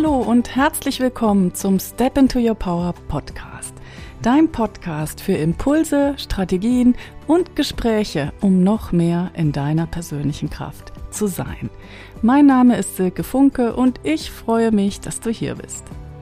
Hallo und herzlich willkommen zum Step into Your Power Podcast. Dein Podcast für Impulse, Strategien und Gespräche, um noch mehr in deiner persönlichen Kraft zu sein. Mein Name ist Silke Funke und ich freue mich, dass du hier bist.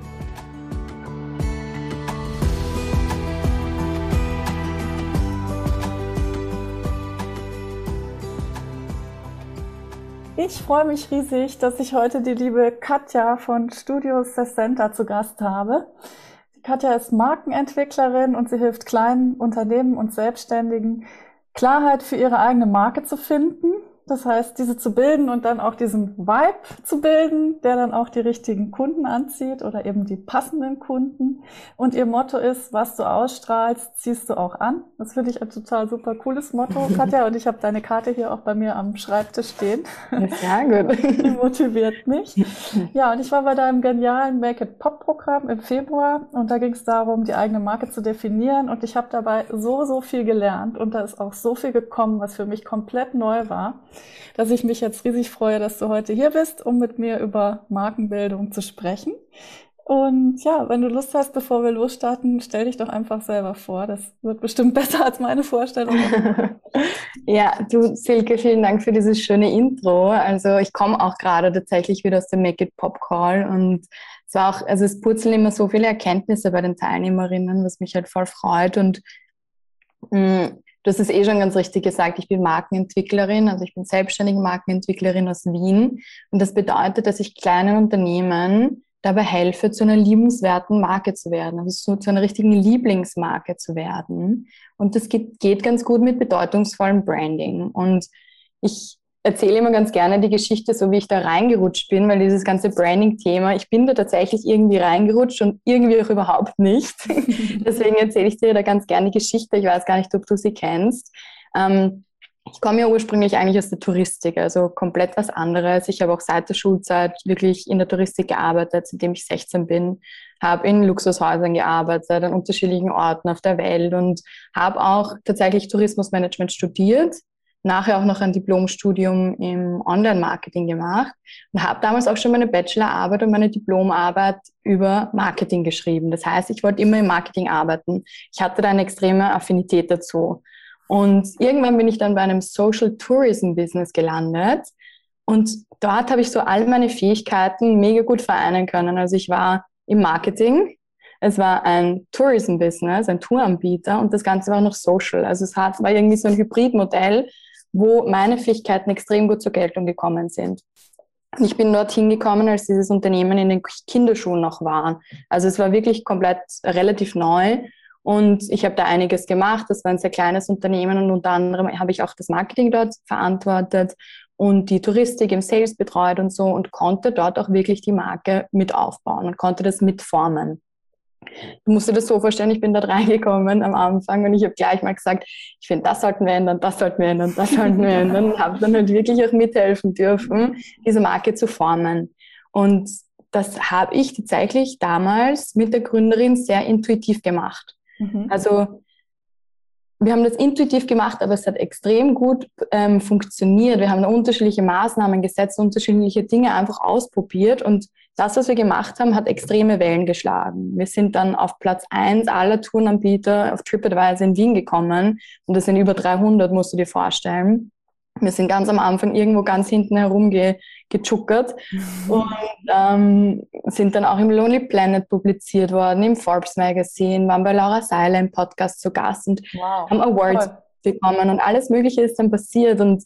Ich freue mich riesig, dass ich heute die liebe Katja von Studio Sessenta zu Gast habe. Die Katja ist Markenentwicklerin und sie hilft kleinen Unternehmen und Selbstständigen, Klarheit für ihre eigene Marke zu finden. Das heißt, diese zu bilden und dann auch diesen Vibe zu bilden, der dann auch die richtigen Kunden anzieht oder eben die passenden Kunden. Und ihr Motto ist, was du ausstrahlst, ziehst du auch an. Das finde ich ein total super cooles Motto, Katja. Und ich habe deine Karte hier auch bei mir am Schreibtisch stehen. Sehr gut. Die motiviert mich. Ja, und ich war bei deinem genialen Make It Pop Programm im Februar und da ging es darum, die eigene Marke zu definieren. Und ich habe dabei so viel gelernt und da ist auch so viel gekommen, was für mich komplett neu war, dass ich mich jetzt riesig freue, dass du heute hier bist, um mit mir über Markenbildung zu sprechen. Und ja, wenn du Lust hast, bevor wir losstarten, stell dich doch einfach selber vor. Das wird bestimmt besser als meine Vorstellung. Ja, du Silke, vielen Dank für dieses schöne Intro. Also ich komme auch gerade tatsächlich wieder aus dem Make It Pop Call und es war auch, also es purzeln immer so viele Erkenntnisse bei den Teilnehmerinnen, was mich halt voll freut und du hast es eh schon ganz richtig gesagt, ich bin Markenentwicklerin, also ich bin selbstständige Markenentwicklerin aus Wien und das bedeutet, dass ich kleinen Unternehmen dabei helfe, zu einer liebenswerten Marke zu werden, also zu einer richtigen Lieblingsmarke zu werden und das geht ganz gut mit bedeutungsvollem Branding und ich erzähle immer ganz gerne die Geschichte, so wie ich da reingerutscht bin, weil dieses ganze Branding-Thema, ich bin da tatsächlich irgendwie reingerutscht und irgendwie auch überhaupt nicht. Deswegen erzähle ich dir da ganz gerne die Geschichte. Ich weiß gar nicht, ob du sie kennst. Ich komme ja ursprünglich eigentlich aus der Touristik, also komplett was anderes. Ich habe auch seit der Schulzeit wirklich in der Touristik gearbeitet, seitdem ich 16 bin, habe in Luxushäusern gearbeitet, an unterschiedlichen Orten auf der Welt und habe auch tatsächlich Tourismusmanagement studiert. Nachher auch noch ein Diplomstudium im Online-Marketing gemacht und habe damals auch schon meine Bachelorarbeit und meine Diplomarbeit über Marketing geschrieben. Das heißt, ich wollte immer im Marketing arbeiten. Ich hatte da eine extreme Affinität dazu. Und irgendwann bin ich dann bei einem Social Tourism Business gelandet und dort habe ich so all meine Fähigkeiten mega gut vereinen können. Also ich war im Marketing, es war ein Tourism Business, ein Touranbieter und das Ganze war noch Social. Also es war irgendwie so ein Hybridmodell, wo meine Fähigkeiten extrem gut zur Geltung gekommen sind. Und ich bin dorthin gekommen, als dieses Unternehmen in den Kinderschuhen noch war. Also es war wirklich komplett relativ neu und ich habe da einiges gemacht. Das war ein sehr kleines Unternehmen und unter anderem habe ich auch das Marketing dort verantwortet und die Touristik im Sales betreut und so und konnte dort auch wirklich die Marke mit aufbauen und konnte das mitformen. Du musst dir das so vorstellen, ich bin dort reingekommen am Anfang und ich habe gleich mal gesagt, ich finde, das sollten wir ändern, das sollten wir ändern, das sollten wir ändern und habe dann halt wirklich auch mithelfen dürfen, diese Marke zu formen. Und das habe ich tatsächlich damals mit der Gründerin sehr intuitiv gemacht. Also wir haben das intuitiv gemacht, aber es hat extrem gut funktioniert. Wir haben da unterschiedliche Maßnahmen gesetzt, unterschiedliche Dinge einfach ausprobiert und das, was wir gemacht haben, hat extreme Wellen geschlagen. Wir sind dann auf Platz 1 aller Tourenanbieter auf TripAdvisor in Wien gekommen und das sind über 300, musst du dir vorstellen. Wir sind ganz am Anfang irgendwo ganz hinten herum gechuckert und sind dann auch im Lonely Planet publiziert worden, im Forbes Magazine, waren bei Laura Seiler im Podcast zu Gast und haben Awards bekommen und alles Mögliche ist dann passiert und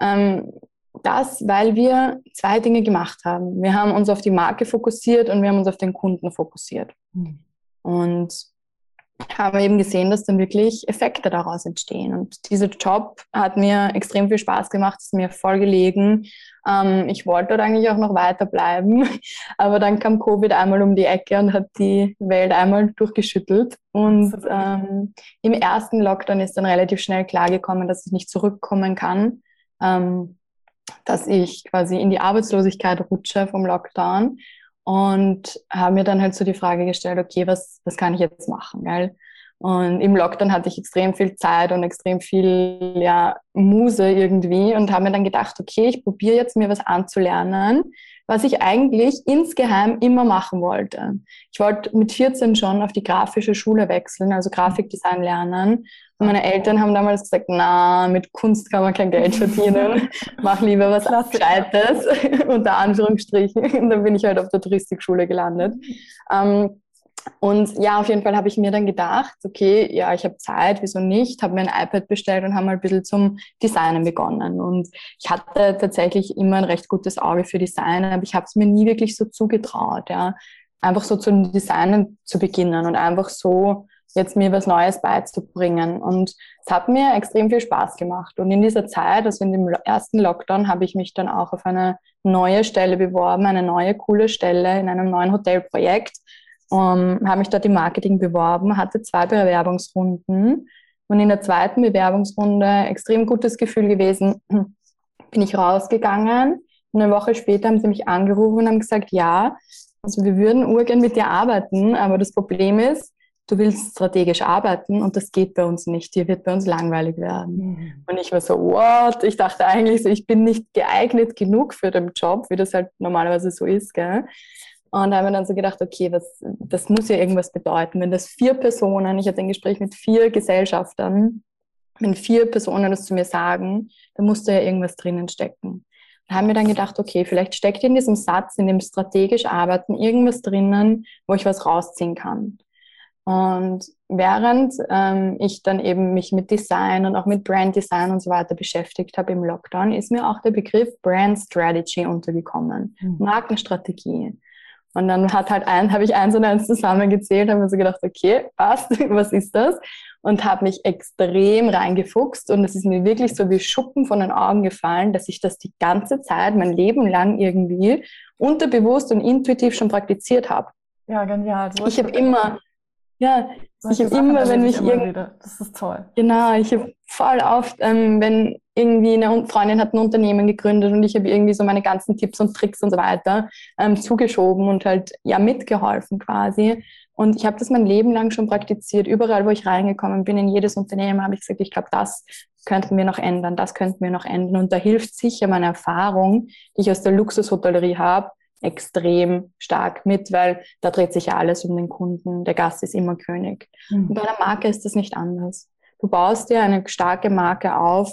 das, weil wir zwei Dinge gemacht haben. Wir haben uns auf die Marke fokussiert und wir haben uns auf den Kunden fokussiert. Und haben eben gesehen, dass dann wirklich Effekte daraus entstehen. Und dieser Job hat mir extrem viel Spaß gemacht, ist mir voll gelegen. Ich wollte dort eigentlich auch noch weiterbleiben, aber dann kam Covid einmal um die Ecke und hat die Welt einmal durchgeschüttelt. Und im ersten Lockdown ist dann relativ schnell klargekommen, dass ich nicht zurückkommen kann, dass ich quasi in die Arbeitslosigkeit rutsche vom Lockdown. Und habe mir dann halt so die Frage gestellt, okay, was kann ich jetzt machen, gell? Und im Lockdown hatte ich extrem viel Zeit und extrem viel Muse irgendwie und habe mir dann gedacht, okay, ich probiere jetzt mir was anzulernen, was ich eigentlich insgeheim immer machen wollte. Ich wollte mit 14 schon auf die grafische Schule wechseln, also Grafikdesign lernen. Und meine Eltern haben damals gesagt, na, mit Kunst kann man kein Geld verdienen. Mach lieber was Gescheites, unter Anführungsstrichen. Und dann bin ich halt auf der Touristikschule gelandet. Und ja, auf jeden Fall habe ich mir dann gedacht, okay, ja, ich habe Zeit, wieso nicht? Habe mir ein iPad bestellt und habe mal ein bisschen zum Designen begonnen. Und ich hatte tatsächlich immer ein recht gutes Auge für Design, aber ich habe es mir nie wirklich so zugetraut, ja. Einfach so zum Designen zu beginnen und einfach so jetzt mir was Neues beizubringen. Und es hat mir extrem viel Spaß gemacht. Und in dieser Zeit, also in dem ersten Lockdown, habe ich mich dann auch auf eine neue Stelle beworben, eine neue, coole Stelle in einem neuen Hotelprojekt. Habe mich dort im Marketing beworben, hatte 2 Bewerbungsrunden und in der zweiten Bewerbungsrunde extrem gutes Gefühl gewesen, bin ich rausgegangen und eine Woche später haben sie mich angerufen und haben gesagt, ja, also wir würden urgern mit dir arbeiten, aber das Problem ist, du willst strategisch arbeiten und das geht bei uns nicht, dir wird bei uns langweilig werden. Und ich war so, what? Ich dachte eigentlich so, ich bin nicht geeignet genug für den Job, wie das halt normalerweise so ist, gell? Und da haben wir dann so gedacht, okay, das muss ja irgendwas bedeuten. Wenn das 4 Personen, ich hatte ein Gespräch mit 4 Gesellschaftern, wenn 4 Personen das zu mir sagen, dann muss da ja irgendwas drinnen stecken. Da haben wir dann gedacht, okay, vielleicht steckt in diesem Satz, in dem strategisch Arbeiten, irgendwas drinnen, wo ich was rausziehen kann. Und während ich dann eben mich mit Design und auch mit Brand Design und so weiter beschäftigt habe im Lockdown, ist mir auch der Begriff Brand Strategy untergekommen, Markenstrategie. Und dann habe ich 1 und 1 zusammengezählt, habe mir so gedacht, okay, passt, was ist das? Und habe mich extrem reingefuchst und es ist mir wirklich so wie Schuppen von den Augen gefallen, dass ich das die ganze Zeit, mein Leben lang irgendwie unterbewusst und intuitiv schon praktiziert habe. Ja, genial. Ich habe immer, wenn mich das ist toll. Genau, ich habe voll oft, wenn irgendwie eine Freundin hat ein Unternehmen gegründet und ich habe irgendwie so meine ganzen Tipps und Tricks und so weiter zugeschoben und halt ja mitgeholfen quasi. Und ich habe das mein Leben lang schon praktiziert. Überall, wo ich reingekommen bin, in jedes Unternehmen, habe ich gesagt, ich glaube, das könnten wir noch ändern, das könnten wir noch ändern. Und da hilft sicher meine Erfahrung, die ich aus der Luxushotellerie habe, extrem stark mit, weil da dreht sich ja alles um den Kunden. Der Gast ist immer König. Und bei einer Marke ist das nicht anders. Du baust dir eine starke Marke auf,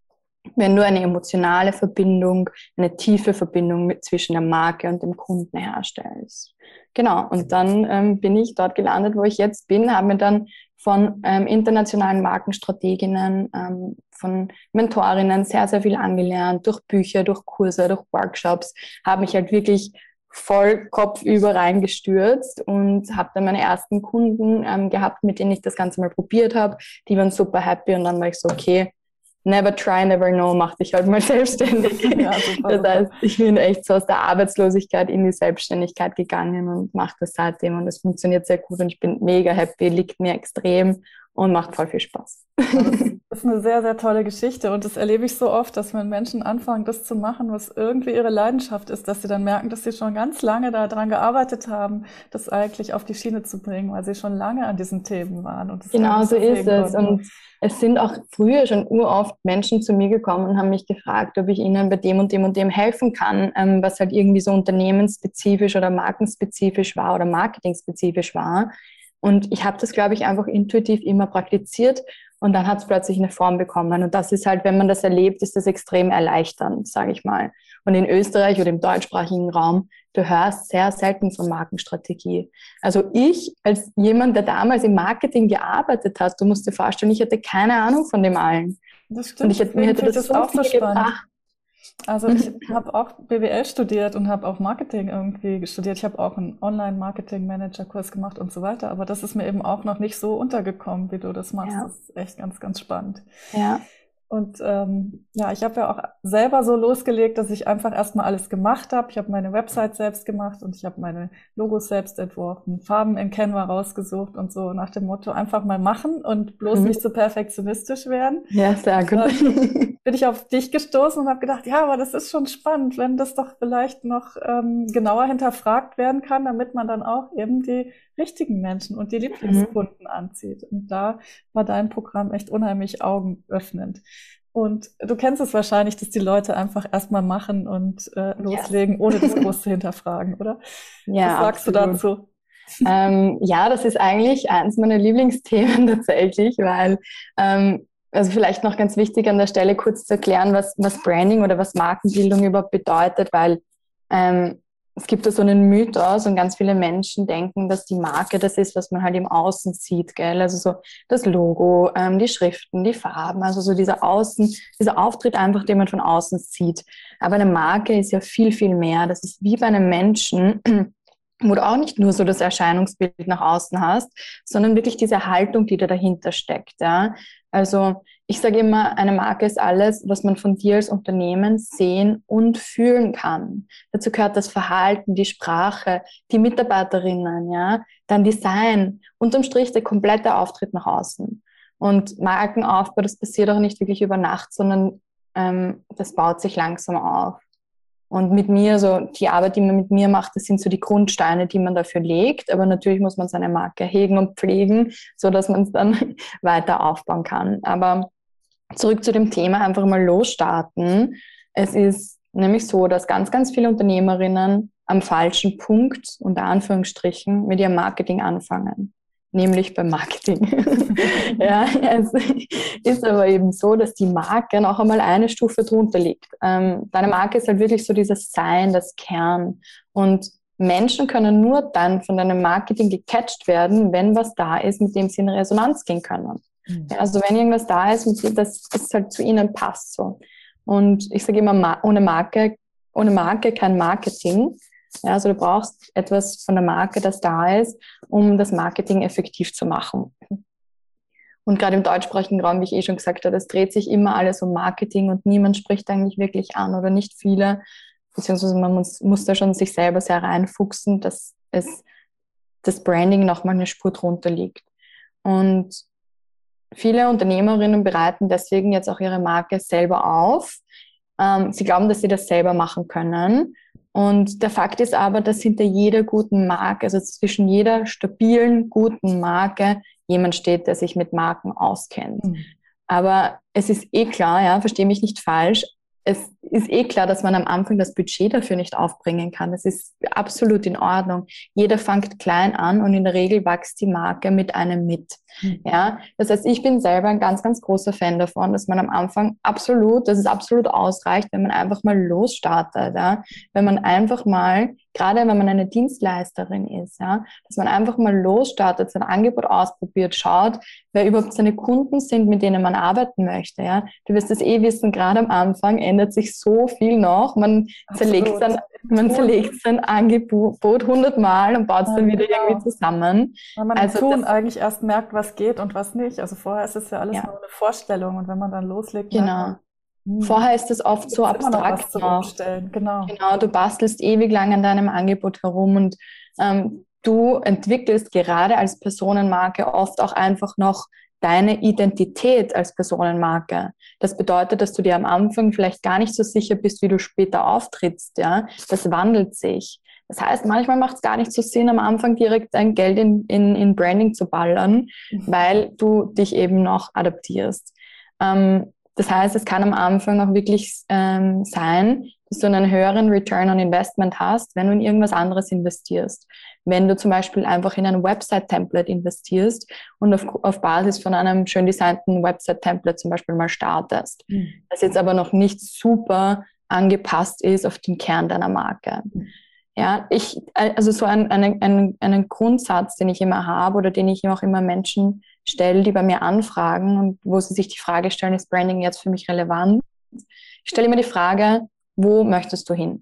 wenn du eine emotionale Verbindung, eine tiefe Verbindung zwischen der Marke und dem Kunden herstellst. Genau, und dann bin ich dort gelandet, wo ich jetzt bin, habe mir dann von internationalen Markenstrateginnen, von Mentorinnen sehr, sehr viel angelernt, durch Bücher, durch Kurse, durch Workshops, habe mich halt wirklich voll kopfüber reingestürzt und habe dann meine ersten Kunden gehabt, mit denen ich das Ganze mal probiert habe. Die waren super happy und dann war ich so, okay, never try, never know, mach dich halt mal selbstständig. Ja, super, das heißt, ich bin echt so aus der Arbeitslosigkeit in die Selbstständigkeit gegangen und mache das seitdem und es funktioniert sehr gut und ich bin mega happy, liegt mir extrem und macht voll viel Spaß. Das ist eine sehr, sehr tolle Geschichte und das erlebe ich so oft, dass wenn Menschen anfangen, das zu machen, was irgendwie ihre Leidenschaft ist, dass sie dann merken, dass sie schon ganz lange daran gearbeitet haben, das eigentlich auf die Schiene zu bringen, weil sie schon lange an diesen Themen waren. Und genau so ist es. Und es sind auch früher schon uroft Menschen zu mir gekommen und haben mich gefragt, ob ich ihnen bei dem und dem und dem helfen kann, was halt irgendwie so unternehmensspezifisch oder markenspezifisch war oder marketingspezifisch war. Und ich habe das, glaube ich, einfach intuitiv immer praktiziert und dann hat es plötzlich eine Form bekommen. Und das ist halt, wenn man das erlebt, ist das extrem erleichternd, sage ich mal. Und in Österreich oder im deutschsprachigen Raum, du hörst sehr selten von Markenstrategie. Also ich, als jemand, der damals im Marketing gearbeitet hat, du musst dir vorstellen, ich hatte keine Ahnung von dem allen. Das stimmt. Und mir hätte das so auch so spannend gebracht. Also ich habe auch BWL studiert und habe auch Marketing irgendwie studiert. Ich habe auch einen Online-Marketing-Manager-Kurs gemacht und so weiter. Aber das ist mir eben auch noch nicht so untergekommen, wie du das machst. Ja. Das ist echt ganz, ganz spannend. Ja. Und ja, ich habe ja auch selber so losgelegt, dass ich einfach erstmal alles gemacht habe. Ich habe meine Website selbst gemacht und ich habe meine Logos selbst entworfen, Farben in Canva rausgesucht und so nach dem Motto einfach mal machen und bloß nicht so perfektionistisch werden. Ja, sehr gut. Bin ich auf dich gestoßen und habe gedacht, ja, aber das ist schon spannend, wenn das doch vielleicht noch genauer hinterfragt werden kann, damit man dann auch eben die richtigen Menschen und die Lieblingskunden anzieht. Und da war dein Programm echt unheimlich augenöffnend. Und du kennst es wahrscheinlich, dass die Leute einfach erstmal machen und loslegen, ohne das groß zu hinterfragen, oder? Ja, Was sagst du absolut. dazu? Ja, das ist eigentlich eins meiner Lieblingsthemen tatsächlich, weil, also vielleicht noch ganz wichtig an der Stelle kurz zu erklären, was Branding oder was Markenbildung überhaupt bedeutet, weil es gibt da so einen Mythos und ganz viele Menschen denken, dass die Marke das ist, was man halt im Außen sieht, gell? Also so das Logo, die Schriften, die Farben, also so dieser Auftritt einfach, den man von außen sieht. Aber eine Marke ist ja viel, viel mehr. Das ist wie bei einem Menschen, wo du auch nicht nur so das Erscheinungsbild nach außen hast, sondern wirklich diese Haltung, die da dahinter steckt. Ja? Also ich sage immer, eine Marke ist alles, was man von dir als Unternehmen sehen und fühlen kann. Dazu gehört das Verhalten, die Sprache, die Mitarbeiterinnen, ja, dann Design, unterm Strich der komplette Auftritt nach außen. Und Markenaufbau, das passiert auch nicht wirklich über Nacht, sondern das baut sich langsam auf. Und mit mir, so die Arbeit, die man mit mir macht, das sind so die Grundsteine, die man dafür legt. Aber natürlich muss man seine Marke hegen und pflegen, so dass man es dann weiter aufbauen kann. Aber zurück zu dem Thema, einfach mal losstarten. Es ist nämlich so, dass ganz, ganz viele Unternehmerinnen am falschen Punkt, unter Anführungsstrichen, mit ihrem Marketing anfangen. Nämlich beim Marketing. Ja, es ist aber eben so, dass die Marke noch einmal eine Stufe drunter liegt. Deine Marke ist halt wirklich so dieses Sein, das Kern. Und Menschen können nur dann von deinem Marketing gecatcht werden, wenn was da ist, mit dem sie in Resonanz gehen können. Ja, also wenn irgendwas da ist, das halt zu ihnen passt so. Und ich sage immer, ohne Marke kein Marketing. Ja, also du brauchst etwas von der Marke, das da ist, um das Marketing effektiv zu machen. Und gerade im deutschsprachigen Raum, wie ich schon gesagt habe, es dreht sich immer alles um Marketing und niemand spricht eigentlich wirklich an oder nicht viele, beziehungsweise man muss da schon sich selber sehr reinfuchsen, dass das Branding nochmal eine Spur drunter liegt. Und viele Unternehmerinnen bereiten deswegen jetzt auch ihre Marke selber auf. Sie glauben, dass sie das selber machen können. Und der Fakt ist aber, dass hinter jeder guten Marke, also zwischen jeder stabilen, guten Marke, jemand steht, der sich mit Marken auskennt. Aber es ist eh klar, ja, verstehe mich nicht falsch, es ist eh klar, dass man am Anfang das Budget dafür nicht aufbringen kann. Das ist absolut in Ordnung. Jeder fängt klein an und in der Regel wächst die Marke mit einem mit. Ja, das heißt, ich bin selber ein ganz, ganz großer Fan davon, dass man am Anfang dass es absolut ausreicht, wenn man einfach mal losstartet, ja, wenn man einfach mal, gerade wenn man eine Dienstleisterin ist, ja, dass man einfach mal losstartet, sein Angebot ausprobiert, schaut, wer überhaupt seine Kunden sind, mit denen man arbeiten möchte, ja. Du wirst es eh wissen, gerade am Anfang ändert sich so viel noch, man zerlegt sein Angebot 100-mal und baut es dann wieder irgendwie zusammen. Weil man im Tun eigentlich erst merkt, was geht und was nicht. Also vorher ist es ja alles nur eine Vorstellung und wenn man dann loslegt, genau. Vorher ist es oft so abstrakt noch. Genau, du bastelst ewig lang an deinem Angebot herum und du entwickelst gerade als Personenmarke oft auch einfach noch deine Identität als Personenmarke. Das bedeutet, dass du dir am Anfang vielleicht gar nicht so sicher bist, wie du später auftrittst. Ja? Das wandelt sich. Das heißt, manchmal macht es gar nicht so Sinn, am Anfang direkt dein Geld in Branding zu ballern, weil du dich eben noch adaptierst. Das heißt, es kann am Anfang auch wirklich sein, dass du einen höheren Return on Investment hast, wenn du in irgendwas anderes investierst. Wenn du zum Beispiel einfach in ein Website-Template investierst und auf Basis von einem schön designten Website-Template zum Beispiel mal startest, das jetzt aber noch nicht super angepasst ist auf den Kern deiner Marke. Ja, also so einen Grundsatz, den ich immer habe oder den ich auch immer Menschen stelle, die bei mir anfragen und wo sie sich die Frage stellen, ist Branding jetzt für mich relevant? Ich stelle immer die Frage, wo möchtest du hin?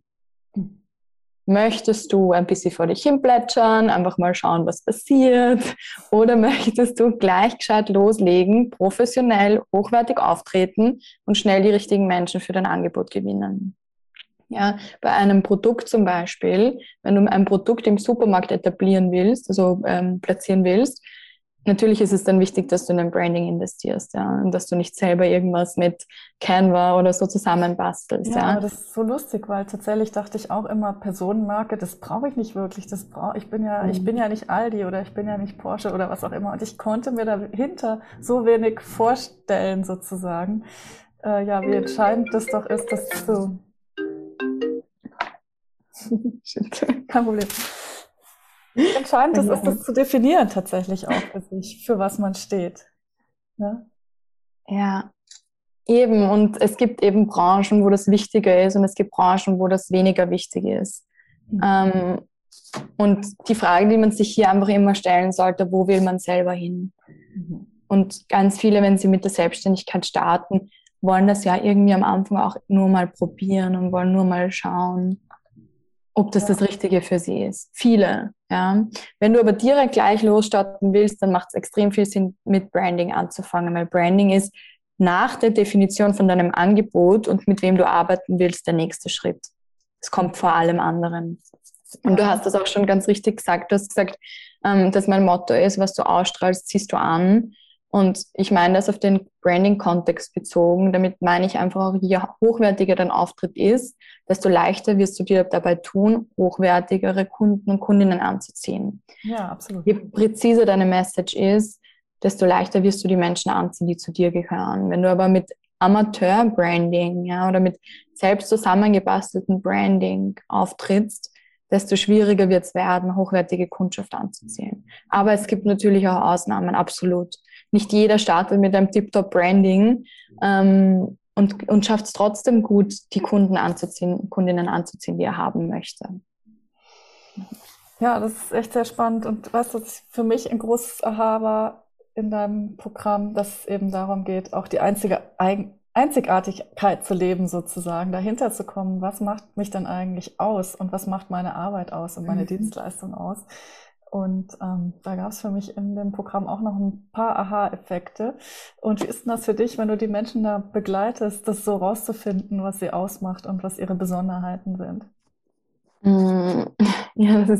Möchtest du ein bisschen vor dich hin plätschern, einfach mal schauen, was passiert? Oder möchtest du gleich gescheit loslegen, professionell, hochwertig auftreten und schnell die richtigen Menschen für dein Angebot gewinnen? Ja, bei einem Produkt zum Beispiel, wenn du ein Produkt im Supermarkt etablieren willst, also platzieren willst, natürlich ist es dann wichtig, dass du in ein Branding investierst, ja, und dass du nicht selber irgendwas mit Canva oder so zusammenbastelst. Ja, aber das ist so lustig, weil tatsächlich dachte ich auch immer, Personenmarke, das brauche ich nicht wirklich, ich bin ja nicht Aldi oder ich bin ja nicht Porsche oder was auch immer und ich konnte mir dahinter so wenig vorstellen sozusagen. ja, wie entscheidend das doch ist, das zu, kein Problem. Wie entscheidend es ist, das zu definieren tatsächlich auch für sich, für was man steht. Ja, Ja, eben. Und es gibt eben Branchen, wo das wichtiger ist und es gibt Branchen, wo das weniger wichtig ist. Mhm. Und die Frage, die man sich hier einfach immer stellen sollte, wo will man selber hin? Mhm. Und ganz viele, wenn sie mit der Selbstständigkeit starten, wollen das ja irgendwie am Anfang auch nur mal probieren und wollen nur mal schauen, ob das das Richtige für sie ist. Viele, ja. Wenn du aber direkt gleich losstarten willst, dann macht es extrem viel Sinn, mit Branding anzufangen, weil Branding ist nach der Definition von deinem Angebot und mit wem du arbeiten willst, der nächste Schritt. Es kommt vor allem anderen. Und du hast das auch schon ganz richtig gesagt. Du hast gesagt, dass mein Motto ist, was du ausstrahlst, ziehst du an. Und ich meine das auf den Branding-Kontext bezogen. Damit meine ich einfach auch, je hochwertiger dein Auftritt ist, desto leichter wirst du dir dabei tun, hochwertigere Kunden und Kundinnen anzuziehen. Ja, absolut. Je präziser deine Message ist, desto leichter wirst du die Menschen anziehen, die zu dir gehören. Wenn du aber mit Amateur-Branding, ja, oder mit selbst zusammengebastelten Branding auftrittst, desto schwieriger wird es werden, hochwertige Kundschaft anzuziehen. Aber es gibt natürlich auch Ausnahmen, absolut. Nicht jeder startet mit einem Tip-Top-Branding und schafft es trotzdem gut, die Kunden anzuziehen, Kundinnen anzuziehen, die er haben möchte. Ja, das ist echt sehr spannend. Und weißt du, was für mich ein großes Aha war in deinem Programm, dass es eben darum geht, auch die Einzigartigkeit zu leben, sozusagen, dahinter zu kommen, was macht mich denn eigentlich aus und was macht meine Arbeit aus und meine Dienstleistung aus. Und da gab es für mich in dem Programm auch noch ein paar Aha-Effekte. Und wie ist denn das für dich, wenn du die Menschen da begleitest, das so rauszufinden, was sie ausmacht und was ihre Besonderheiten sind? Ja, das ist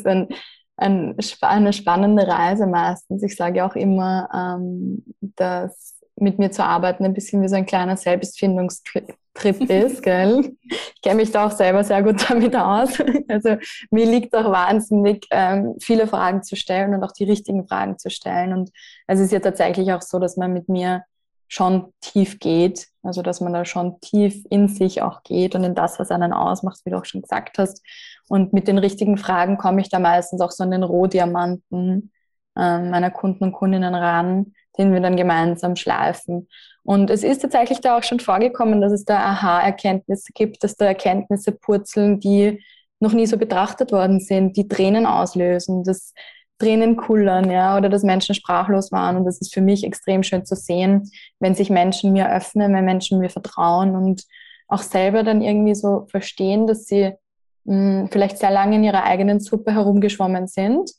eine spannende Reise meistens. Ich sage auch immer, dass mit mir zu arbeiten ein bisschen wie so ein kleiner Selbstfindungstrip ist, gell? Ich kenne mich da auch selber sehr gut damit aus. Also mir liegt auch wahnsinnig, viele Fragen zu stellen und auch die richtigen Fragen zu stellen. Und es ist ja tatsächlich auch so, dass man mit mir schon tief geht, also dass man da schon tief in sich auch geht und in das, was einen ausmacht, wie du auch schon gesagt hast. Und mit den richtigen Fragen komme ich da meistens auch so an den Rohdiamanten meiner Kunden und Kundinnen ran, den wir dann gemeinsam schleifen. Und es ist tatsächlich da auch schon vorgekommen, dass es da Aha-Erkenntnisse gibt, dass da Erkenntnisse purzeln, die noch nie so betrachtet worden sind, die Tränen auslösen, dass Tränen kullern, ja, oder dass Menschen sprachlos waren. Und das ist für mich extrem schön zu sehen, wenn sich Menschen mir öffnen, wenn Menschen mir vertrauen und auch selber dann irgendwie so verstehen, dass sie vielleicht sehr lange in ihrer eigenen Suppe herumgeschwommen sind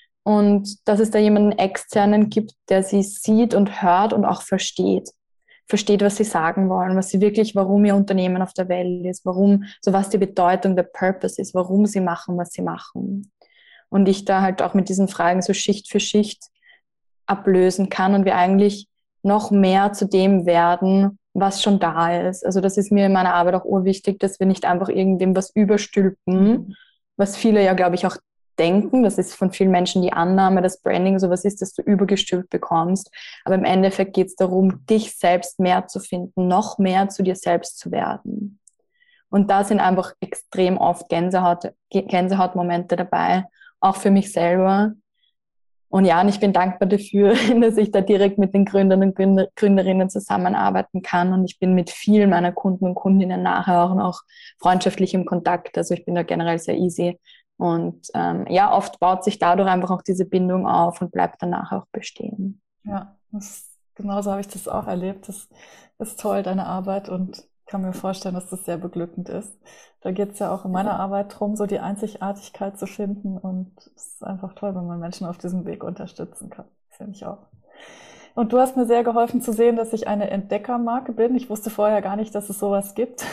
und dass es da jemanden externen gibt, der sie sieht und hört und auch versteht. Versteht, was sie sagen wollen, was sie wirklich, warum ihr Unternehmen auf der Welt ist, warum, so was die Bedeutung, der Purpose ist, warum sie machen, was sie machen. Und ich da halt auch mit diesen Fragen so Schicht für Schicht ablösen kann und wir eigentlich noch mehr zu dem werden, was schon da ist. Also das ist mir in meiner Arbeit auch urwichtig, dass wir nicht einfach irgendwem was überstülpen, was viele ja, glaube ich, auch denken. Das ist von vielen Menschen die Annahme, dass Branding sowas ist, dass du übergestülpt bekommst. Aber im Endeffekt geht es darum, dich selbst mehr zu finden, noch mehr zu dir selbst zu werden. Und da sind einfach extrem oft Gänsehautmomente dabei, auch für mich selber. Und ja, und ich bin dankbar dafür, dass ich da direkt mit den Gründern und Gründerinnen zusammenarbeiten kann. Und ich bin mit vielen meiner Kunden und Kundinnen nachher auch freundschaftlich im Kontakt. Also ich bin da generell sehr easy. Und ja, oft baut sich dadurch einfach auch diese Bindung auf und bleibt danach auch bestehen. Ja, genauso habe ich das auch erlebt. Das ist toll, deine Arbeit, und kann mir vorstellen, dass das sehr beglückend ist. Da geht es ja auch in meiner Arbeit drum, so die Einzigartigkeit zu finden, und es ist einfach toll, wenn man Menschen auf diesem Weg unterstützen kann. Das finde ich auch. Und du hast mir sehr geholfen zu sehen, dass ich eine Entdeckermarke bin. Ich wusste vorher gar nicht, dass es sowas gibt.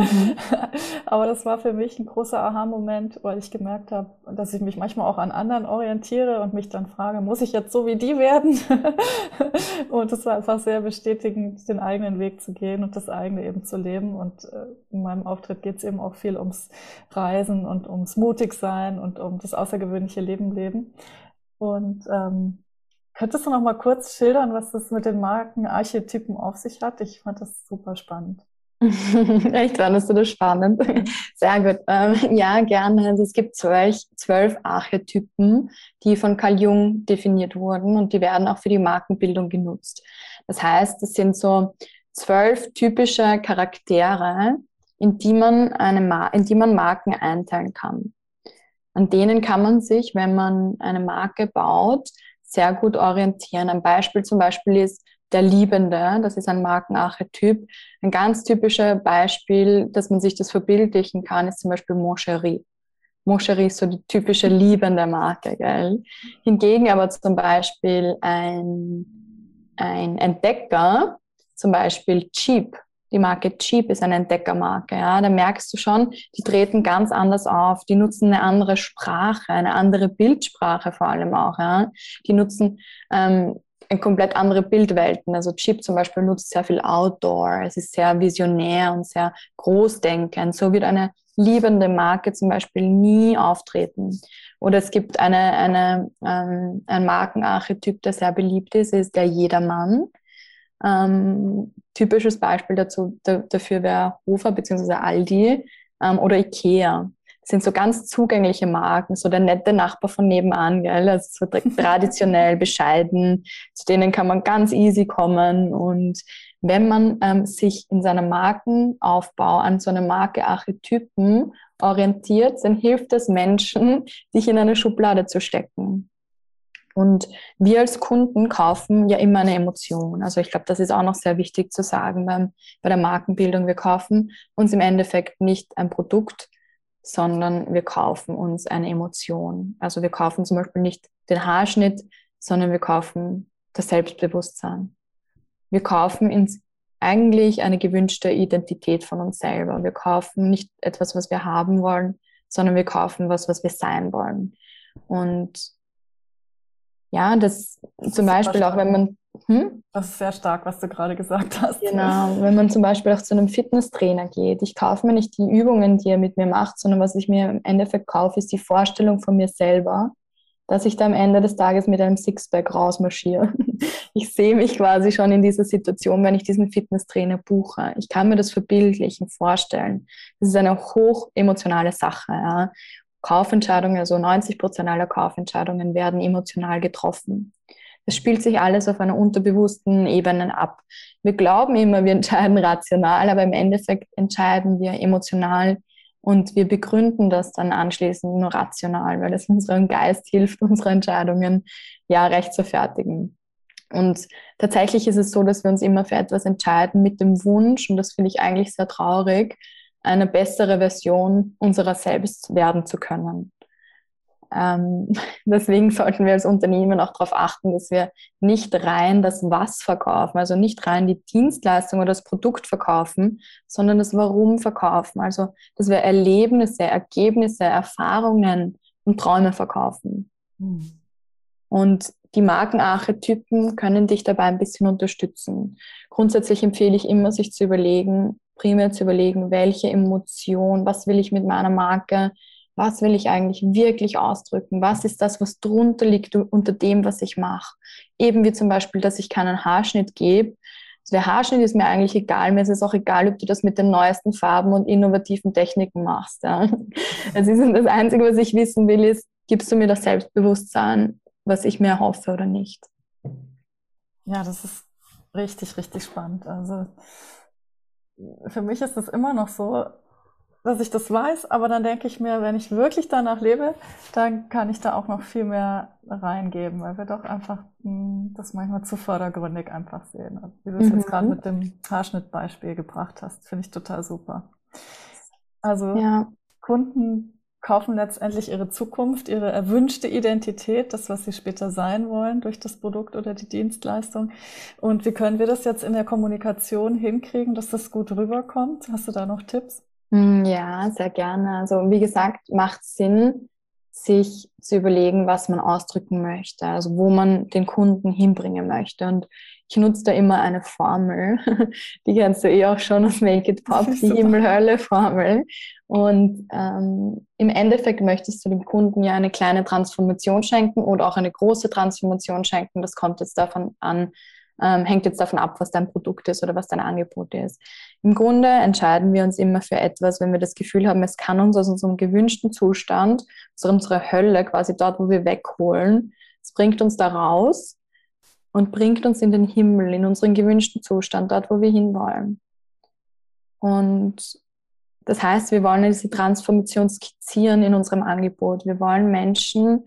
Aber das war für mich ein großer Aha-Moment, weil ich gemerkt habe, dass ich mich manchmal auch an anderen orientiere und mich dann frage, muss ich jetzt so wie die werden? Und es war einfach sehr bestätigend, den eigenen Weg zu gehen und das eigene eben zu leben. Und in meinem Auftritt geht es eben auch viel ums Reisen und ums Mutigsein und um das außergewöhnliche Leben leben. Und Könntest du noch mal kurz schildern, was das mit den Markenarchetypen auf sich hat? Ich fand das super spannend. Echt, fandest du das spannend? Mhm. Sehr gut. Ja, gerne. Also es gibt zwölf Archetypen, die von Carl Jung definiert wurden und die werden auch für die Markenbildung genutzt. Das heißt, es sind so 12 typische Charaktere, in die man Marken einteilen kann. An denen kann man sich, wenn man eine Marke baut, sehr gut orientieren. Ein Beispiel zum Beispiel ist der Liebende, das ist ein Markenarchetyp. Ein ganz typisches Beispiel, dass man sich das verbildlichen kann, ist zum Beispiel Mon Chéri. Mon Chéri ist so die typische liebende Marke, gell? Hingegen aber zum Beispiel ein Entdecker, zum Beispiel Cheap. Die Marke Cheap ist eine Entdeckermarke. Ja? Da merkst du schon, die treten ganz anders auf. Die nutzen eine andere Sprache, eine andere Bildsprache vor allem auch. Ja? Die nutzen komplett andere Bildwelten. Also Cheap zum Beispiel nutzt sehr viel Outdoor. Es ist sehr visionär und sehr großdenkend. So wird eine liebende Marke zum Beispiel nie auftreten. Oder es gibt ein Markenarchetyp, der sehr beliebt ist der Jedermann. Typisches Beispiel dafür wäre Hofer bzw. Aldi oder Ikea. Das sind so ganz zugängliche Marken, so der nette Nachbar von nebenan, gell? Also so traditionell, bescheiden, zu denen kann man ganz easy kommen. Und wenn man sich in seinem Markenaufbau an so eine Marke Archetypen orientiert, dann hilft es Menschen, dich in eine Schublade zu stecken. Und wir als Kunden kaufen ja immer eine Emotion. Also ich glaube, das ist auch noch sehr wichtig zu sagen bei der Markenbildung. Wir kaufen uns im Endeffekt nicht ein Produkt, sondern wir kaufen uns eine Emotion. Also wir kaufen zum Beispiel nicht den Haarschnitt, sondern wir kaufen das Selbstbewusstsein. Wir kaufen eigentlich eine gewünschte Identität von uns selber. Wir kaufen nicht etwas, was wir haben wollen, sondern wir kaufen was wir sein wollen. Und ja, das zum Beispiel auch, wenn man, Das ist sehr stark, was du gerade gesagt hast. genau, wenn man zum Beispiel auch zu einem Fitnesstrainer geht. Ich kaufe mir nicht die Übungen, die er mit mir macht, sondern was ich mir im Endeffekt kaufe, ist die Vorstellung von mir selber, dass ich da am Ende des Tages mit einem Sixpack rausmarschiere. Ich sehe mich quasi schon in dieser Situation, wenn ich diesen Fitnesstrainer buche. Ich kann mir das verbildlichen, vorstellen. Das ist eine hochemotionale Sache, ja. Kaufentscheidungen, also 90% aller Kaufentscheidungen werden emotional getroffen. Das spielt sich alles auf einer unterbewussten Ebene ab. Wir glauben immer, wir entscheiden rational, aber im Endeffekt entscheiden wir emotional und wir begründen das dann anschließend nur rational, weil es unserem Geist hilft, unsere Entscheidungen ja recht zu fertigen. Und tatsächlich ist es so, dass wir uns immer für etwas entscheiden mit dem Wunsch, und das finde ich eigentlich sehr traurig, eine bessere Version unserer selbst werden zu können. Deswegen sollten wir als Unternehmen auch darauf achten, dass wir nicht rein das Was verkaufen, also nicht rein die Dienstleistung oder das Produkt verkaufen, sondern das Warum verkaufen. Also, dass wir Erlebnisse, Ergebnisse, Erfahrungen und Träume verkaufen. Und die Markenarchetypen können dich dabei ein bisschen unterstützen. Grundsätzlich empfehle ich immer, sich zu überlegen, primär zu überlegen, welche Emotion, was will ich mit meiner Marke, was will ich eigentlich wirklich ausdrücken, was ist das, was drunter liegt unter dem, was ich mache. Eben wie zum Beispiel, dass ich keinen Haarschnitt gebe. Also der Haarschnitt ist mir eigentlich egal, mir ist es auch egal, ob du das mit den neuesten Farben und innovativen Techniken machst. Ja. Das Einzige, was ich wissen will, ist, gibst du mir das Selbstbewusstsein, was ich mir erhoffe oder nicht. Ja, das ist richtig, richtig spannend. Also für mich ist es immer noch so, dass ich das weiß, aber dann denke ich mir, wenn ich wirklich danach lebe, dann kann ich da auch noch viel mehr reingeben, weil wir doch einfach das manchmal zu vordergründig einfach sehen. Also, wie du es jetzt gerade mit dem Haarschnittbeispiel gebracht hast, finde ich total super. Also Ja. Kunden kaufen letztendlich ihre Zukunft, ihre erwünschte Identität, das, was sie später sein wollen durch das Produkt oder die Dienstleistung. Und wie können wir das jetzt in der Kommunikation hinkriegen, dass das gut rüberkommt? Hast du da noch Tipps? Ja, sehr gerne. Also wie gesagt, macht Sinn, sich zu überlegen, was man ausdrücken möchte, also wo man den Kunden hinbringen möchte. Und ich nutze da immer eine Formel, die kennst du auch schon aus Make It Pop, die Himmel-Hölle-Formel. Und im Endeffekt möchtest du dem Kunden ja eine kleine Transformation schenken oder auch eine große Transformation schenken. Das kommt jetzt davon an, hängt jetzt davon ab, was dein Produkt ist oder was dein Angebot ist. Im Grunde entscheiden wir uns immer für etwas, wenn wir das Gefühl haben, es kann uns aus unserem gewünschten Zustand, aus unserer Hölle, quasi dort, wo wir wegholen, es bringt uns da raus und bringt uns in den Himmel, in unseren gewünschten Zustand, dort, wo wir hinwollen. Und das heißt, wir wollen diese Transformation skizzieren in unserem Angebot. Wir wollen Menschen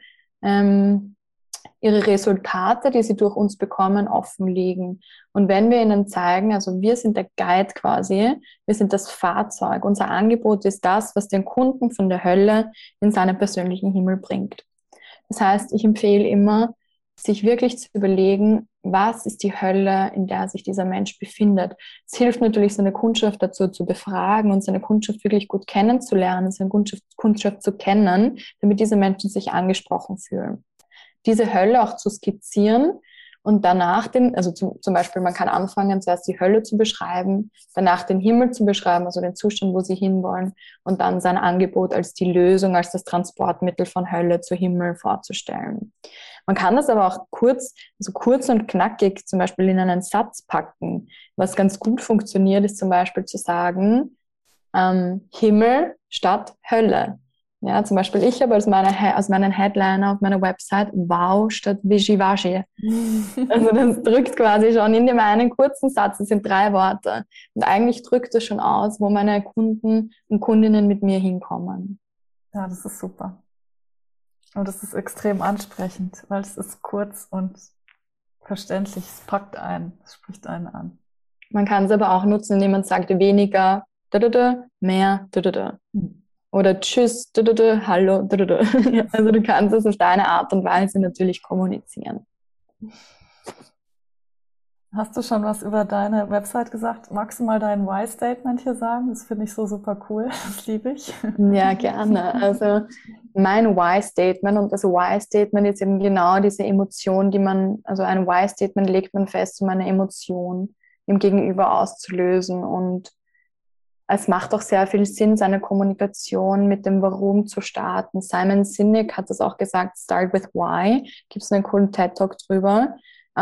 ihre Resultate, die sie durch uns bekommen, offenlegen. Und wenn wir ihnen zeigen, also wir sind der Guide quasi, wir sind das Fahrzeug, unser Angebot ist das, was den Kunden von der Hölle in seinen persönlichen Himmel bringt. Das heißt, ich empfehle immer, sich wirklich zu überlegen, was ist die Hölle, in der sich dieser Mensch befindet. Es hilft natürlich, seine Kundschaft dazu zu befragen und seine Kundschaft wirklich gut kennenzulernen, seine Kundschaft zu kennen, damit diese Menschen sich angesprochen fühlen. Diese Hölle auch zu skizzieren und danach also zum Beispiel, man kann anfangen, zuerst die Hölle zu beschreiben, danach den Himmel zu beschreiben, also den Zustand, wo sie hinwollen, und dann sein Angebot als die Lösung, als das Transportmittel von Hölle zu Himmel vorzustellen. Man kann das aber auch kurz und knackig zum Beispiel in einen Satz packen. Was ganz gut funktioniert, ist zum Beispiel zu sagen, Himmel statt Hölle. Ja, zum Beispiel, ich habe als meinen Headliner auf meiner Website Wow statt Vigivagi. Also das drückt quasi schon in dem einen kurzen Satz, das sind 3 Worte. Und eigentlich drückt das schon aus, wo meine Kunden und Kundinnen mit mir hinkommen. Ja, das ist super. Und das ist extrem ansprechend, weil es ist kurz und verständlich. Es packt einen, es spricht einen an. Man kann es aber auch nutzen, indem man sagt, weniger, mehr, oder tschüss, hallo, Also du kannst es auf deine Art und Weise natürlich kommunizieren. Hast du schon was über deine Website gesagt? Magst du mal dein Why-Statement hier sagen? Das finde ich so super cool. Das liebe ich. Ja, gerne. Also mein Why-Statement, und das Why-Statement ist eben genau diese Emotion, also ein Why-Statement legt man fest, um eine Emotion im Gegenüber auszulösen, und es macht auch sehr viel Sinn, seine Kommunikation mit dem Warum zu starten. Simon Sinek hat das auch gesagt, start with why. Gibt es einen coolen TED-Talk drüber.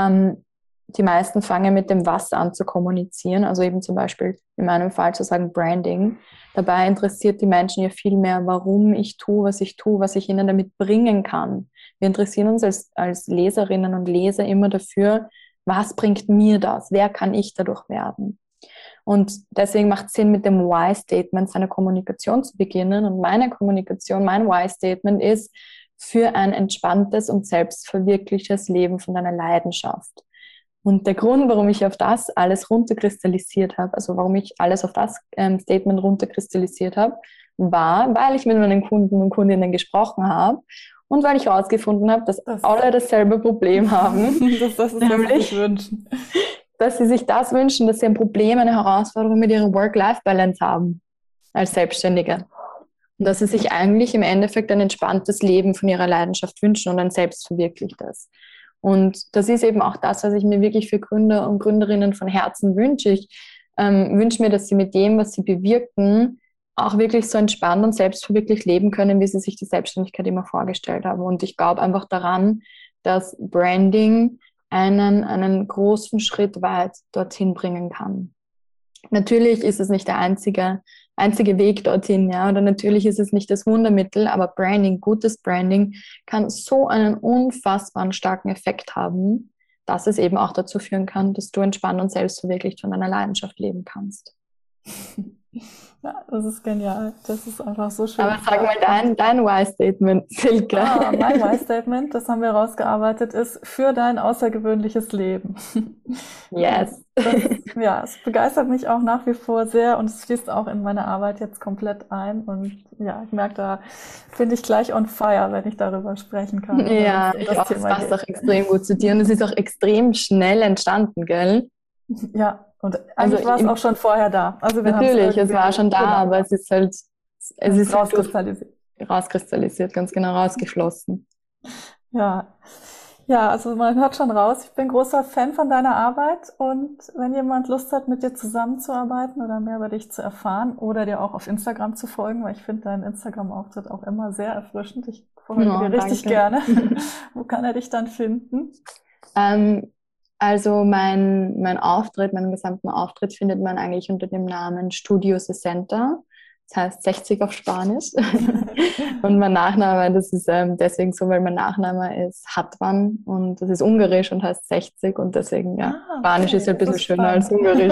Die meisten fangen mit dem Was an zu kommunizieren, also eben zum Beispiel in meinem Fall zu sagen Branding. Dabei interessiert die Menschen ja viel mehr, warum ich tue, was ich ihnen damit bringen kann. Wir interessieren uns als Leserinnen und Leser immer dafür, was bringt mir das? Wer kann ich dadurch werden? Und deswegen macht es Sinn, mit dem Why-Statement seine Kommunikation zu beginnen. Und meine Kommunikation, mein Why-Statement ist für ein entspanntes und selbstverwirklichtes Leben von deiner Leidenschaft. Und der Grund, warum ich auf das alles runterkristallisiert habe, also warum ich alles auf das Statement runterkristallisiert habe, war, weil ich mit meinen Kunden und Kundinnen gesprochen habe und weil ich herausgefunden habe, dass alle dasselbe Problem haben. Das ist, was sie sich wünschen. Dass sie sich das wünschen, dass sie ein Problem, eine Herausforderung mit ihrer Work-Life-Balance haben als Selbstständige. Und dass sie sich eigentlich im Endeffekt ein entspanntes Leben von ihrer Leidenschaft wünschen und ein selbstverwirklichtes. Und das ist eben auch das, was ich mir wirklich für Gründer und Gründerinnen von Herzen wünsche. Ich wünsche mir, dass sie mit dem, was sie bewirken, auch wirklich so entspannt und selbstverwirklicht leben können, wie sie sich die Selbstständigkeit immer vorgestellt haben. Und ich glaube einfach daran, dass Branding einen großen Schritt weit dorthin bringen kann. Natürlich ist es nicht der einzige Weg dorthin, ja, oder natürlich ist es nicht das Wundermittel, aber Branding, gutes Branding kann so einen unfassbaren starken Effekt haben, dass es eben auch dazu führen kann, dass du entspannt und selbstverwirklicht von deiner Leidenschaft leben kannst. Ja, das ist genial. Das ist einfach so schön. Aber sag mal dein Why-Statement, Silke. Mein Why-Statement, das haben wir rausgearbeitet, ist für dein außergewöhnliches Leben. Yes. Es begeistert mich auch nach wie vor sehr und es fließt auch in meine Arbeit jetzt komplett ein. Und ja, ich merke, da bin ich gleich on fire, wenn ich darüber sprechen kann. Ja, das passt auch extrem gut zu dir und es ist auch extrem schnell entstanden, gell? Ja, und eigentlich war es auch schon vorher da. Also natürlich, es war schon da, aber es ist halt, rauskristallisiert. rauskristallisiert, ganz genau rausgeflossen. Ja. Ja, also man hört schon raus, ich bin großer Fan von deiner Arbeit und wenn jemand Lust hat, mit dir zusammenzuarbeiten oder mehr über dich zu erfahren oder dir auch auf Instagram zu folgen, weil ich finde deinen Instagram-Auftritt auch immer sehr erfrischend. Ich folge Oh, dir richtig danke. gerne. Wo kann er dich dann finden? Ähm, also mein Auftritt, meinen gesamten Auftritt findet man eigentlich unter dem Namen Studio 60. Das heißt 60 auf Spanisch. Und mein Nachname, das ist deswegen so, weil mein Nachname ist Hatvan und das ist ungarisch und heißt 60 und deswegen, ja, Ah, Spanisch ist okay, ein das bisschen ist schöner als spannend. ungarisch.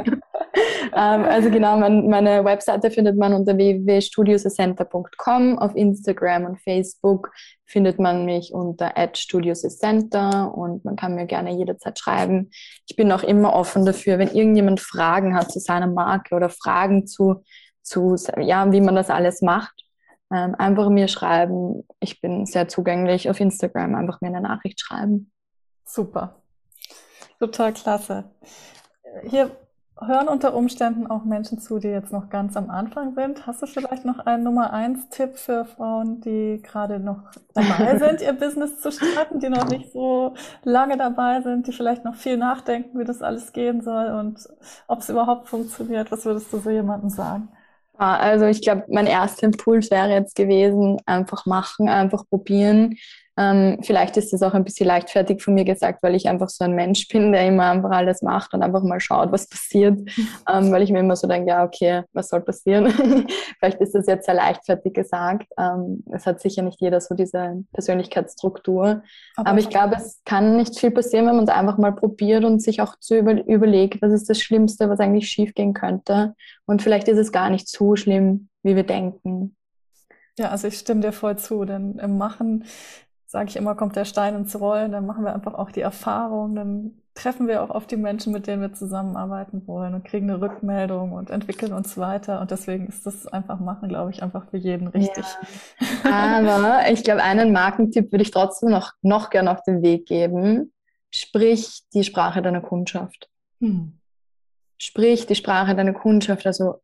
Also genau, meine Webseite findet man unter www.studiosesenta.com. Auf Instagram und Facebook findet man mich unter @studiosesenta und man kann mir gerne jederzeit schreiben. Ich bin auch immer offen dafür, wenn irgendjemand Fragen hat zu seiner Marke oder Fragen zu ja, wie man das alles macht. Einfach mir schreiben. Ich bin sehr zugänglich auf Instagram. Einfach mir eine Nachricht schreiben. Super, total klasse. Hier hören unter Umständen auch Menschen zu, die jetzt noch ganz am Anfang sind. Hast du vielleicht noch einen Nummer eins Tipp für Frauen, die gerade noch dabei sind, ihr Business zu starten, die noch nicht so lange dabei sind, die vielleicht noch viel nachdenken, wie das alles gehen soll und ob es überhaupt funktioniert? Was würdest du so jemandem sagen? Also ich glaube, mein erster Impuls wäre jetzt gewesen, einfach machen, einfach probieren. Vielleicht ist das auch ein bisschen leichtfertig von mir gesagt, weil ich einfach so ein Mensch bin, der immer einfach alles macht und einfach mal schaut, was passiert. Weil ich mir immer so denke, ja, okay, was soll passieren? Vielleicht ist das jetzt sehr leichtfertig gesagt. Es hat sicher nicht jeder so diese Persönlichkeitsstruktur. Aber Aber ich glaube, es kann nicht viel passieren, wenn man es einfach mal probiert und sich auch überlegt, was ist das Schlimmste, was eigentlich schiefgehen könnte. Und vielleicht ist es gar nicht so schlimm, wie wir denken. ja, also ich stimme dir voll zu, denn im Machen, sage ich immer, kommt der Stein ins Rollen, dann machen wir einfach auch die Erfahrung, dann treffen wir auch auf die Menschen, mit denen wir zusammenarbeiten wollen und kriegen eine Rückmeldung und entwickeln uns weiter. Und deswegen ist das einfach machen, glaube ich, einfach für jeden richtig. Ja. Aber ich glaube, einen Markentipp würde ich trotzdem noch gern auf den Weg geben. Sprich die Sprache deiner Kundschaft. Hm. Sprich die Sprache deiner Kundschaft. Also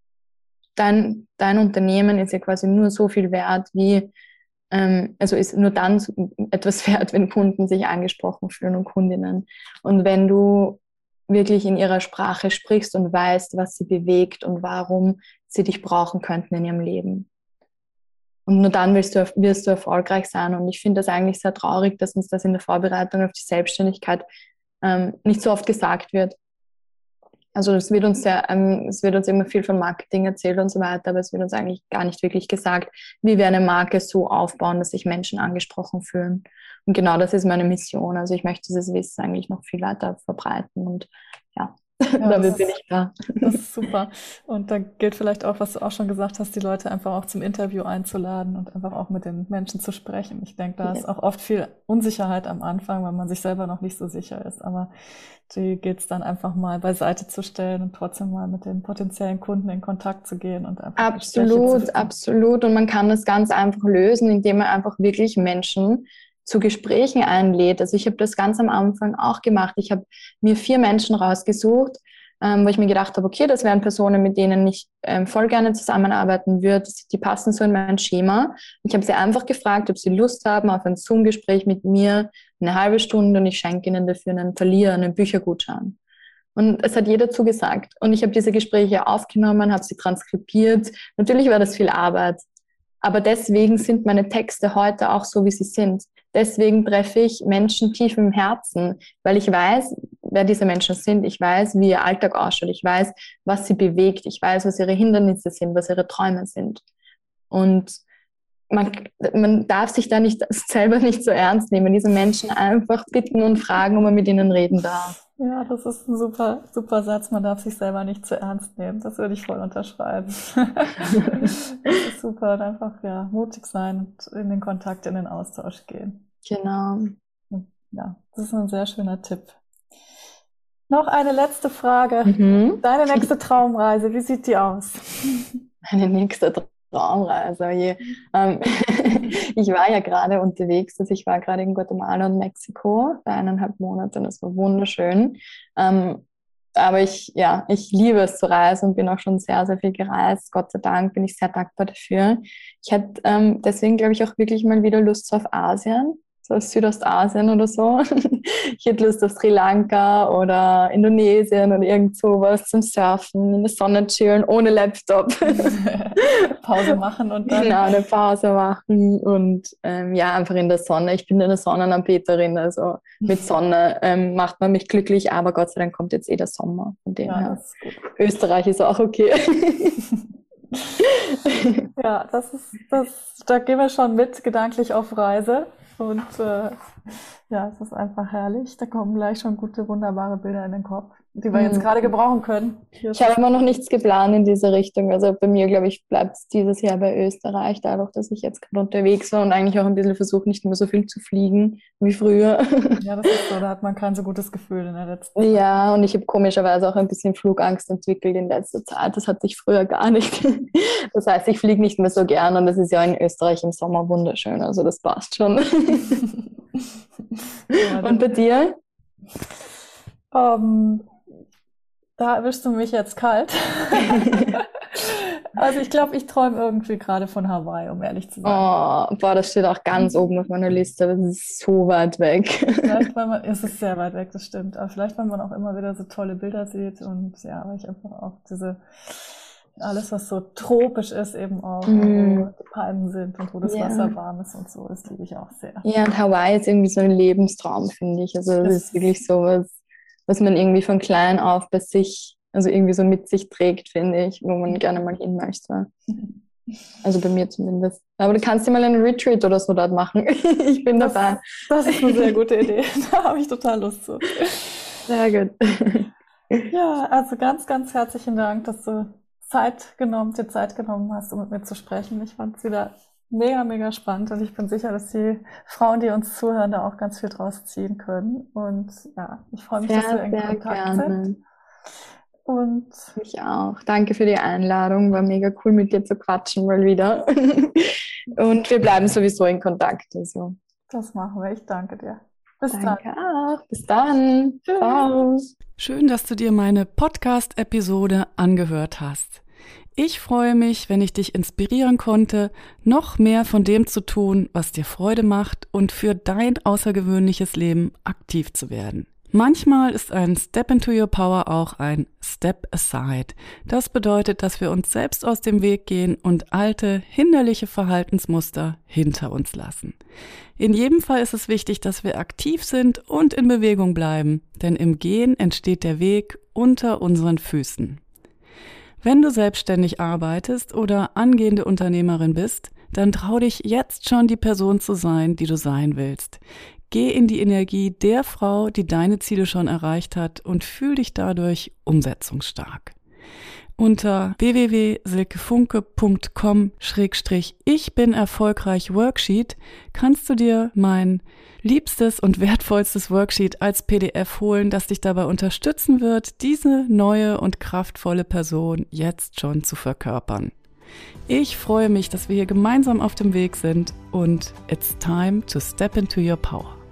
dein Unternehmen ist ja quasi nur so viel wert, wie, also ist nur dann etwas wert, wenn Kunden sich angesprochen fühlen und Kundinnen. Und wenn du wirklich in ihrer Sprache sprichst und weißt, was sie bewegt und warum sie dich brauchen könnten in ihrem Leben. Und nur dann wirst du erfolgreich sein. Und ich finde das eigentlich sehr traurig, dass uns das in der Vorbereitung auf die Selbstständigkeit nicht so oft gesagt wird. Also es wird uns immer viel von Marketing erzählt und so weiter, aber es wird uns eigentlich gar nicht wirklich gesagt, wie wir eine Marke so aufbauen, dass sich Menschen angesprochen fühlen. Und genau das ist meine Mission. Also ich möchte dieses Wissen eigentlich noch viel weiter verbreiten und ja, Ja, dafür bin ich da. das ist super. Und da gilt vielleicht auch, was du auch schon gesagt hast, die Leute einfach auch zum Interview einzuladen und einfach auch mit den Menschen zu sprechen. Ich denke, da ist Yes. auch oft viel Unsicherheit am Anfang, weil man sich selber noch nicht so sicher ist. Aber die gilt es dann einfach mal beiseite zu stellen und trotzdem mal mit den potenziellen Kunden in Kontakt zu gehen und einfach Gespräche zu Absolut, führen. absolut. Und man kann das ganz einfach lösen, indem man einfach wirklich Menschen zu Gesprächen einlädt. Also ich habe das ganz am Anfang auch gemacht. Ich habe mir 4 Menschen rausgesucht, wo ich mir gedacht habe, okay, das wären Personen, mit denen ich voll gerne zusammenarbeiten würde. Die passen so in mein Schema. Ich habe sie einfach gefragt, ob sie Lust haben auf ein Zoom-Gespräch mit mir, eine halbe Stunde, und ich schenke ihnen dafür einen Verlierer, einen Büchergutschein. Und es hat jeder zugesagt. Und ich habe diese Gespräche aufgenommen, habe sie transkribiert. Natürlich war das viel Arbeit. Aber deswegen sind meine Texte heute auch so, wie sie sind. Deswegen treffe ich Menschen tief im Herzen, weil ich weiß, wer diese Menschen sind. Ich weiß, wie ihr Alltag ausschaut. Ich weiß, was sie bewegt. Ich weiß, was ihre Hindernisse sind, was ihre Träume sind. Und man darf sich da nicht selber nicht so ernst nehmen. Diese Menschen einfach bitten und fragen, ob man mit ihnen reden darf. Ja, das ist ein super, super Satz. Man darf sich selber nicht zu ernst nehmen. Das würde ich voll unterschreiben. Das ist super. Und einfach, ja, mutig sein und in den Kontakt, in den Austausch gehen. Genau. Ja, das ist ein sehr schöner Tipp. Noch eine letzte Frage. Mhm. Deine nächste Traumreise, wie sieht die aus? Meine nächste Traumreise. Ich war ja gerade unterwegs, also ich war gerade in Guatemala und Mexiko für 1,5 Monate und es war wunderschön. aber ich liebe es zu reisen und bin auch schon sehr, sehr viel gereist. Gott sei Dank bin ich sehr dankbar dafür. Ich hätte deswegen, glaube ich, auch wirklich mal wieder Lust so auf Asien, so auf Südostasien oder so. Ich hätte Lust auf Sri Lanka oder Indonesien oder irgend sowas zum Surfen, in der Sonne chillen, ohne Laptop. Pause machen und dann... Genau, eine Pause machen und einfach in der Sonne. Ich bin eine Sonnenanbeterin, also mit Sonne macht man mich glücklich, aber Gott sei Dank kommt jetzt der Sommer. Von dem her. Das ist gut. Österreich ist auch okay. Ja, da gehen wir schon mit, gedanklich auf Reise. Und es ist einfach herrlich. Da kommen gleich schon gute, wunderbare Bilder in den Kopf, die wir jetzt gerade gebrauchen können. Ich habe immer noch nichts geplant in diese Richtung. Also bei mir, glaube ich, bleibt es dieses Jahr bei Österreich, dadurch, dass ich jetzt gerade unterwegs war und eigentlich auch ein bisschen versuche, nicht mehr so viel zu fliegen wie früher. Ja, das ist so, da hat man kein so gutes Gefühl in der letzten Zeit. Ja, und ich habe komischerweise auch ein bisschen Flugangst entwickelt in letzter Zeit. Das hatte ich früher gar nicht. Das heißt, ich fliege nicht mehr so gern und das ist ja in Österreich im Sommer wunderschön. Also das passt schon. Ja, und bei dir? Da erwischst du mich jetzt kalt. Also ich glaube, ich träume irgendwie gerade von Hawaii, um ehrlich zu sein. Oh, boah, das steht auch ganz oben auf meiner Liste, aber es ist so weit weg. Vielleicht, es ist sehr weit weg, das stimmt. Aber vielleicht, weil man auch immer wieder so tolle Bilder sieht und ja, weil ich einfach auch alles, was so tropisch ist, eben auch, wo die Palmen sind und wo das Wasser warm ist und so, das liebe ich auch sehr. Ja, und Hawaii ist irgendwie so ein Lebenstraum, finde ich. Also das ist wirklich sowas, was man irgendwie von klein auf bei sich, also irgendwie so mit sich trägt, finde ich, wo man gerne mal hin möchte. Also bei mir zumindest. Aber du kannst dir mal einen Retreat oder so dort machen. Ich bin dabei. Das ist eine sehr gute Idee. Da habe ich total Lust zu. Sehr gut. Ja, also ganz, ganz herzlichen Dank, dass du dir Zeit genommen hast, um mit mir zu sprechen. Ich fand es wieder mega, mega spannend und ich bin sicher, dass die Frauen, die uns zuhören, da auch ganz viel draus ziehen können. Und ja, ich freue mich, dass wir in Kontakt sind. Und ich auch. Danke für die Einladung. War mega cool, mit dir zu quatschen mal wieder. Und wir bleiben sowieso in Kontakt. Also. Das machen wir. Ich danke dir. Danke auch. Bis dann. Tschüss. Ciao. Schön, dass du dir meine Podcast-Episode angehört hast. Ich freue mich, wenn ich dich inspirieren konnte, noch mehr von dem zu tun, was dir Freude macht und für dein außergewöhnliches Leben aktiv zu werden. Manchmal ist ein Step into your Power auch ein Step aside. Das bedeutet, dass wir uns selbst aus dem Weg gehen und alte, hinderliche Verhaltensmuster hinter uns lassen. In jedem Fall ist es wichtig, dass wir aktiv sind und in Bewegung bleiben, denn im Gehen entsteht der Weg unter unseren Füßen. Wenn du selbstständig arbeitest oder angehende Unternehmerin bist, dann trau dich jetzt schon die Person zu sein, die du sein willst. Geh in die Energie der Frau, die deine Ziele schon erreicht hat und fühl dich dadurch umsetzungsstark. Unter www.silkefunke.com/Ich bin erfolgreich Worksheet kannst du dir mein liebstes und wertvollstes Worksheet als PDF holen, das dich dabei unterstützen wird, diese neue und kraftvolle Person jetzt schon zu verkörpern. Ich freue mich, dass wir hier gemeinsam auf dem Weg sind und it's time to step into your power.